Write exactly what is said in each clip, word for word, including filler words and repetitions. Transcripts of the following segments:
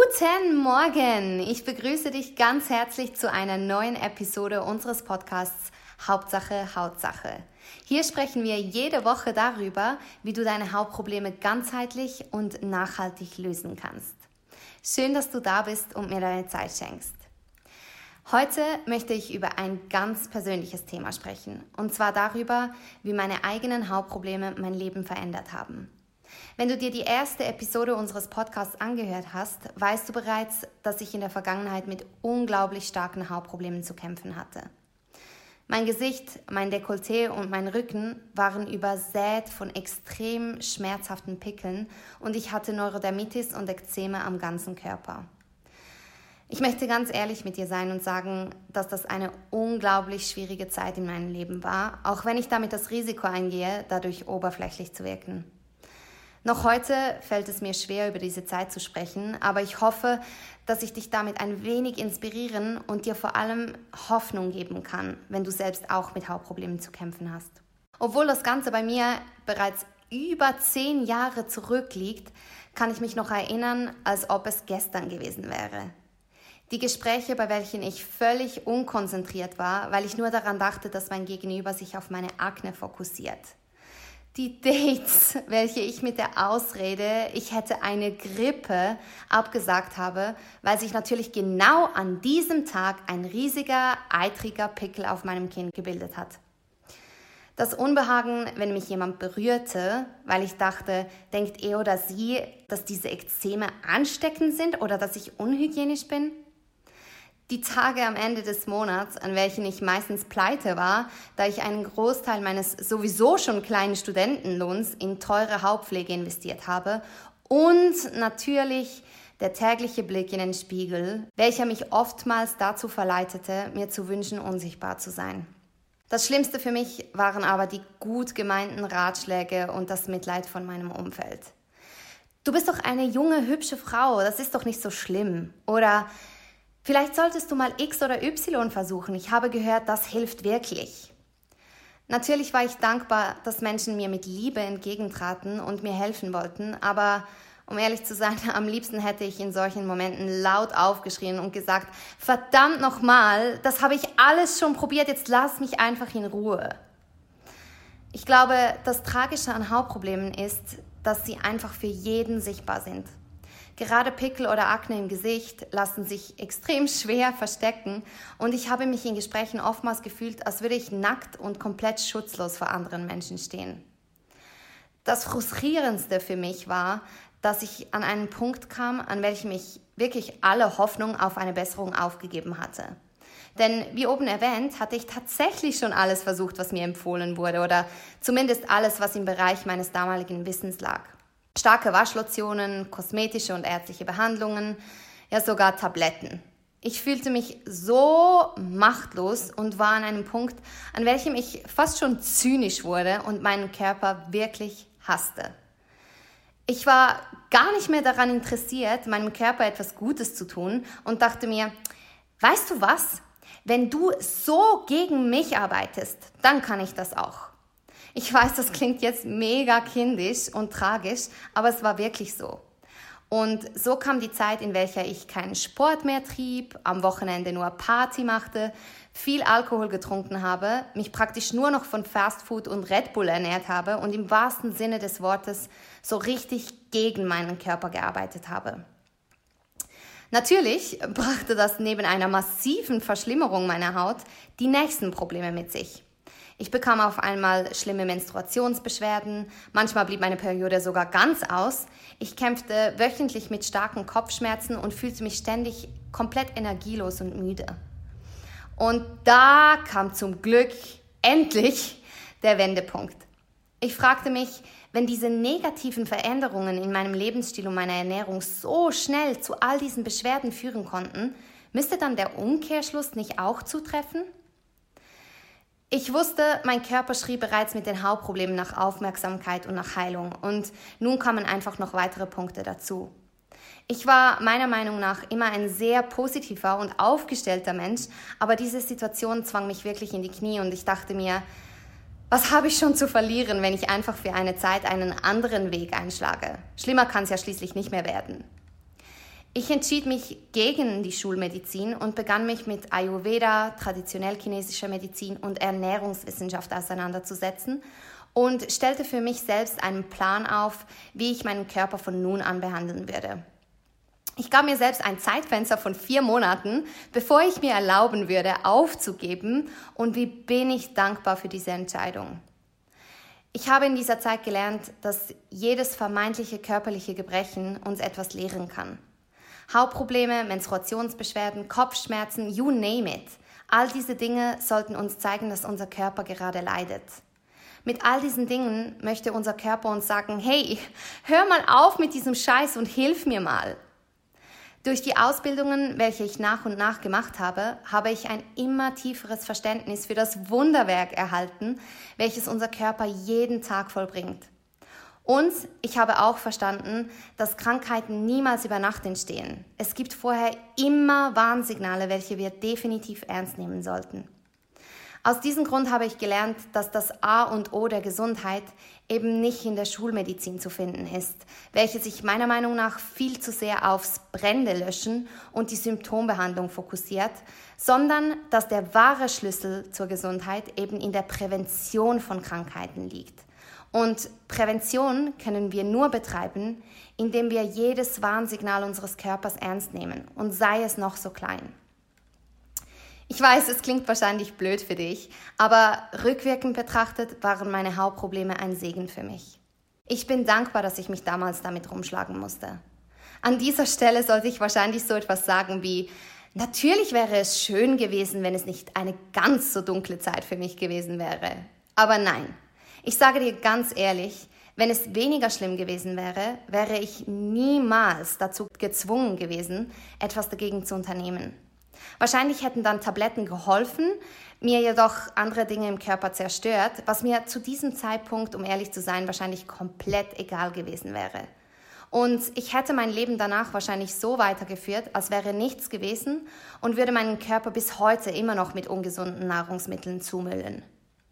Guten Morgen! Ich begrüße dich ganz herzlich zu einer neuen Episode unseres Podcasts Hauptsache Hautsache. Hier sprechen wir jede Woche darüber, wie du deine Hautprobleme ganzheitlich und nachhaltig lösen kannst. Schön, dass du da bist und mir deine Zeit schenkst. Heute möchte ich über ein ganz persönliches Thema sprechen, und zwar darüber, wie meine eigenen Hautprobleme mein Leben verändert haben. Wenn du dir die erste Episode unseres Podcasts angehört hast, weißt du bereits, dass ich in der Vergangenheit mit unglaublich starken Hautproblemen zu kämpfen hatte. Mein Gesicht, mein Dekolleté und mein Rücken waren übersät von extrem schmerzhaften Pickeln und ich hatte Neurodermitis und Ekzeme am ganzen Körper. Ich möchte ganz ehrlich mit dir sein und sagen, dass das eine unglaublich schwierige Zeit in meinem Leben war, auch wenn ich damit das Risiko eingehe, dadurch oberflächlich zu wirken. Noch heute fällt es mir schwer, über diese Zeit zu sprechen, aber ich hoffe, dass ich dich damit ein wenig inspirieren und dir vor allem Hoffnung geben kann, wenn du selbst auch mit Hautproblemen zu kämpfen hast. Obwohl das Ganze bei mir bereits über zehn Jahre zurückliegt, kann ich mich noch erinnern, als ob es gestern gewesen wäre. Die Gespräche, bei welchen ich völlig unkonzentriert war, weil ich nur daran dachte, dass mein Gegenüber sich auf meine Akne fokussiert. Die Dates, welche ich mit der Ausrede, ich hätte eine Grippe, abgesagt habe, weil sich natürlich genau an diesem Tag ein riesiger, eitriger Pickel auf meinem Kinn gebildet hat. Das Unbehagen, wenn mich jemand berührte, weil ich dachte, denkt er oder sie, dass diese Ekzeme ansteckend sind oder dass ich unhygienisch bin? Die Tage am Ende des Monats, an welchen ich meistens pleite war, da ich einen Großteil meines sowieso schon kleinen Studentenlohns in teure Hautpflege investiert habe, und natürlich der tägliche Blick in den Spiegel, welcher mich oftmals dazu verleitete, mir zu wünschen, unsichtbar zu sein. Das Schlimmste für mich waren aber die gut gemeinten Ratschläge und das Mitleid von meinem Umfeld. Du bist doch eine junge, hübsche Frau, das ist doch nicht so schlimm. Oder vielleicht solltest du mal X oder Y versuchen. Ich habe gehört, das hilft wirklich. Natürlich war ich dankbar, dass Menschen mir mit Liebe entgegentraten und mir helfen wollten, aber um ehrlich zu sein, am liebsten hätte ich in solchen Momenten laut aufgeschrien und gesagt, verdammt nochmal, das habe ich alles schon probiert, jetzt lass mich einfach in Ruhe. Ich glaube, das Tragische an Hautproblemen ist, dass sie einfach für jeden sichtbar sind. Gerade Pickel oder Akne im Gesicht lassen sich extrem schwer verstecken und ich habe mich in Gesprächen oftmals gefühlt, als würde ich nackt und komplett schutzlos vor anderen Menschen stehen. Das Frustrierendste für mich war, dass ich an einen Punkt kam, an welchem ich wirklich alle Hoffnung auf eine Besserung aufgegeben hatte. Denn wie oben erwähnt, hatte ich tatsächlich schon alles versucht, was mir empfohlen wurde, oder zumindest alles, was im Bereich meines damaligen Wissens lag. Starke Waschlotionen, kosmetische und ärztliche Behandlungen, ja sogar Tabletten. Ich fühlte mich so machtlos und war an einem Punkt, an welchem ich fast schon zynisch wurde und meinen Körper wirklich hasste. Ich war gar nicht mehr daran interessiert, meinem Körper etwas Gutes zu tun und dachte mir, weißt du was? Wenn du so gegen mich arbeitest, dann kann ich das auch. Ich weiß, das klingt jetzt mega kindisch und tragisch, aber es war wirklich so. Und so kam die Zeit, in welcher ich keinen Sport mehr trieb, am Wochenende nur Party machte, viel Alkohol getrunken habe, mich praktisch nur noch von Fastfood und Red Bull ernährt habe und im wahrsten Sinne des Wortes so richtig gegen meinen Körper gearbeitet habe. Natürlich brachte das neben einer massiven Verschlimmerung meiner Haut die nächsten Probleme mit sich. Ich bekam auf einmal schlimme Menstruationsbeschwerden, manchmal blieb meine Periode sogar ganz aus. Ich kämpfte wöchentlich mit starken Kopfschmerzen und fühlte mich ständig komplett energielos und müde. Und da kam zum Glück endlich der Wendepunkt. Ich fragte mich, wenn diese negativen Veränderungen in meinem Lebensstil und meiner Ernährung so schnell zu all diesen Beschwerden führen konnten, müsste dann der Umkehrschluss nicht auch zutreffen? Ich wusste, mein Körper schrie bereits mit den Hautproblemen nach Aufmerksamkeit und nach Heilung und nun kamen einfach noch weitere Punkte dazu. Ich war meiner Meinung nach immer ein sehr positiver und aufgestellter Mensch, aber diese Situation zwang mich wirklich in die Knie und ich dachte mir, was habe ich schon zu verlieren, wenn ich einfach für eine Zeit einen anderen Weg einschlage? Schlimmer kann es ja schließlich nicht mehr werden. Ich entschied mich gegen die Schulmedizin und begann mich mit Ayurveda, traditionell chinesischer Medizin und Ernährungswissenschaft auseinanderzusetzen und stellte für mich selbst einen Plan auf, wie ich meinen Körper von nun an behandeln würde. Ich gab mir selbst ein Zeitfenster von vier Monaten, bevor ich mir erlauben würde, aufzugeben, und wie bin ich dankbar für diese Entscheidung. Ich habe in dieser Zeit gelernt, dass jedes vermeintliche körperliche Gebrechen uns etwas lehren kann. Hautprobleme, Menstruationsbeschwerden, Kopfschmerzen, you name it. All diese Dinge sollten uns zeigen, dass unser Körper gerade leidet. Mit all diesen Dingen möchte unser Körper uns sagen, hey, hör mal auf mit diesem Scheiß und hilf mir mal. Durch die Ausbildungen, welche ich nach und nach gemacht habe, habe ich ein immer tieferes Verständnis für das Wunderwerk erhalten, welches unser Körper jeden Tag vollbringt. Und ich habe auch verstanden, dass Krankheiten niemals über Nacht entstehen. Es gibt vorher immer Warnsignale, welche wir definitiv ernst nehmen sollten. Aus diesem Grund habe ich gelernt, dass das A und O der Gesundheit eben nicht in der Schulmedizin zu finden ist, welche sich meiner Meinung nach viel zu sehr aufs Brände löschen und die Symptombehandlung fokussiert, sondern dass der wahre Schlüssel zur Gesundheit eben in der Prävention von Krankheiten liegt. Und Prävention können wir nur betreiben, indem wir jedes Warnsignal unseres Körpers ernst nehmen, und sei es noch so klein. Ich weiß, es klingt wahrscheinlich blöd für dich, aber rückwirkend betrachtet waren meine Hautprobleme ein Segen für mich. Ich bin dankbar, dass ich mich damals damit rumschlagen musste. An dieser Stelle sollte ich wahrscheinlich so etwas sagen wie, natürlich wäre es schön gewesen, wenn es nicht eine ganz so dunkle Zeit für mich gewesen wäre. Aber nein, ich sage dir ganz ehrlich, wenn es weniger schlimm gewesen wäre, wäre ich niemals dazu gezwungen gewesen, etwas dagegen zu unternehmen. Wahrscheinlich hätten dann Tabletten geholfen, mir jedoch andere Dinge im Körper zerstört, was mir zu diesem Zeitpunkt, um ehrlich zu sein, wahrscheinlich komplett egal gewesen wäre. Und ich hätte mein Leben danach wahrscheinlich so weitergeführt, als wäre nichts gewesen, und würde meinen Körper bis heute immer noch mit ungesunden Nahrungsmitteln zumüllen.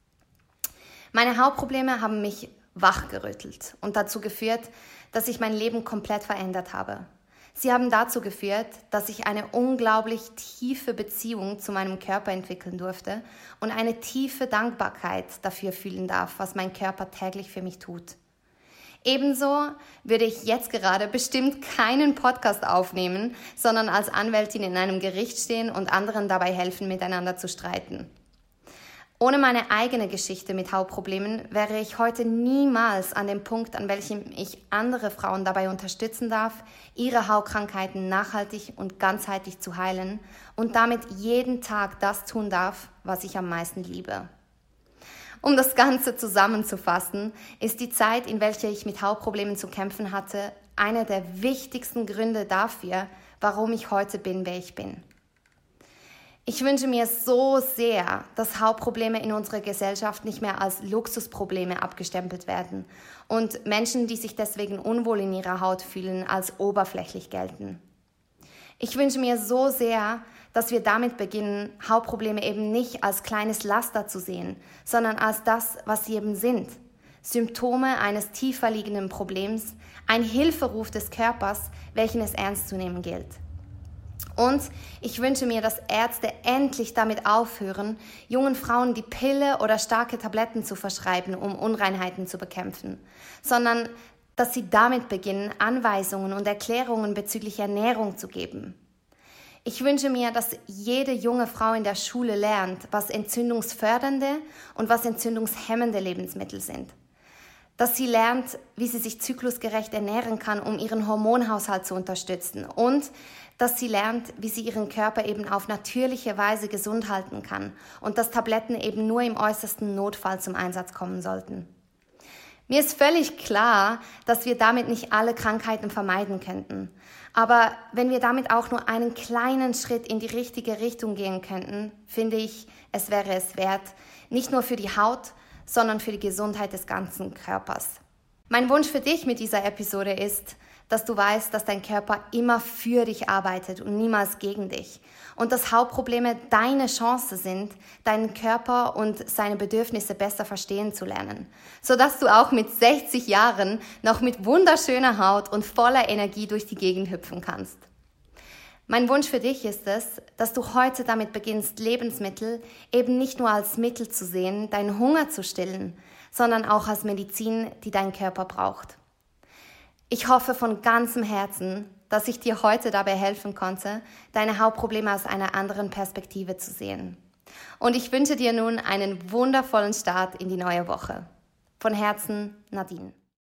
Meine Hautprobleme haben mich wachgerüttelt und dazu geführt, dass ich mein Leben komplett verändert habe. Sie haben dazu geführt, dass ich eine unglaublich tiefe Beziehung zu meinem Körper entwickeln durfte und eine tiefe Dankbarkeit dafür fühlen darf, was mein Körper täglich für mich tut. Ebenso würde ich jetzt gerade bestimmt keinen Podcast aufnehmen, sondern als Anwältin in einem Gericht stehen und anderen dabei helfen, miteinander zu streiten. Ohne meine eigene Geschichte mit Hautproblemen wäre ich heute niemals an dem Punkt, an welchem ich andere Frauen dabei unterstützen darf, ihre Hautkrankheiten nachhaltig und ganzheitlich zu heilen und damit jeden Tag das tun darf, was ich am meisten liebe. Um das Ganze zusammenzufassen, ist die Zeit, in welcher ich mit Hautproblemen zu kämpfen hatte, einer der wichtigsten Gründe dafür, warum ich heute bin, wer ich bin. Ich wünsche mir so sehr, dass Hautprobleme in unserer Gesellschaft nicht mehr als Luxusprobleme abgestempelt werden und Menschen, die sich deswegen unwohl in ihrer Haut fühlen, als oberflächlich gelten. Ich wünsche mir so sehr, dass wir damit beginnen, Hautprobleme eben nicht als kleines Laster zu sehen, sondern als das, was sie eben sind. Symptome eines tiefer liegenden Problems, ein Hilferuf des Körpers, welchen es ernst zu nehmen gilt. Und ich wünsche mir, dass Ärzte endlich damit aufhören, jungen Frauen die Pille oder starke Tabletten zu verschreiben, um Unreinheiten zu bekämpfen, sondern dass sie damit beginnen, Anweisungen und Erklärungen bezüglich Ernährung zu geben. Ich wünsche mir, dass jede junge Frau in der Schule lernt, was entzündungsfördernde und was entzündungshemmende Lebensmittel sind. Dass sie lernt, wie sie sich zyklusgerecht ernähren kann, um ihren Hormonhaushalt zu unterstützen, und dass sie lernt, wie sie ihren Körper eben auf natürliche Weise gesund halten kann und dass Tabletten eben nur im äußersten Notfall zum Einsatz kommen sollten. Mir ist völlig klar, dass wir damit nicht alle Krankheiten vermeiden könnten. Aber wenn wir damit auch nur einen kleinen Schritt in die richtige Richtung gehen könnten, finde ich, es wäre es wert, nicht nur für die Haut, sondern für die Gesundheit des ganzen Körpers. Mein Wunsch für dich mit dieser Episode ist, dass du weißt, dass dein Körper immer für dich arbeitet und niemals gegen dich. Und dass Hautprobleme deine Chance sind, deinen Körper und seine Bedürfnisse besser verstehen zu lernen. Sodass du auch mit sechzig Jahren noch mit wunderschöner Haut und voller Energie durch die Gegend hüpfen kannst. Mein Wunsch für dich ist es, dass du heute damit beginnst, Lebensmittel eben nicht nur als Mittel zu sehen, deinen Hunger zu stillen, sondern auch als Medizin, die dein Körper braucht. Ich hoffe von ganzem Herzen, dass ich dir heute dabei helfen konnte, deine Hautprobleme aus einer anderen Perspektive zu sehen. Und ich wünsche dir nun einen wundervollen Start in die neue Woche. Von Herzen, Nadine.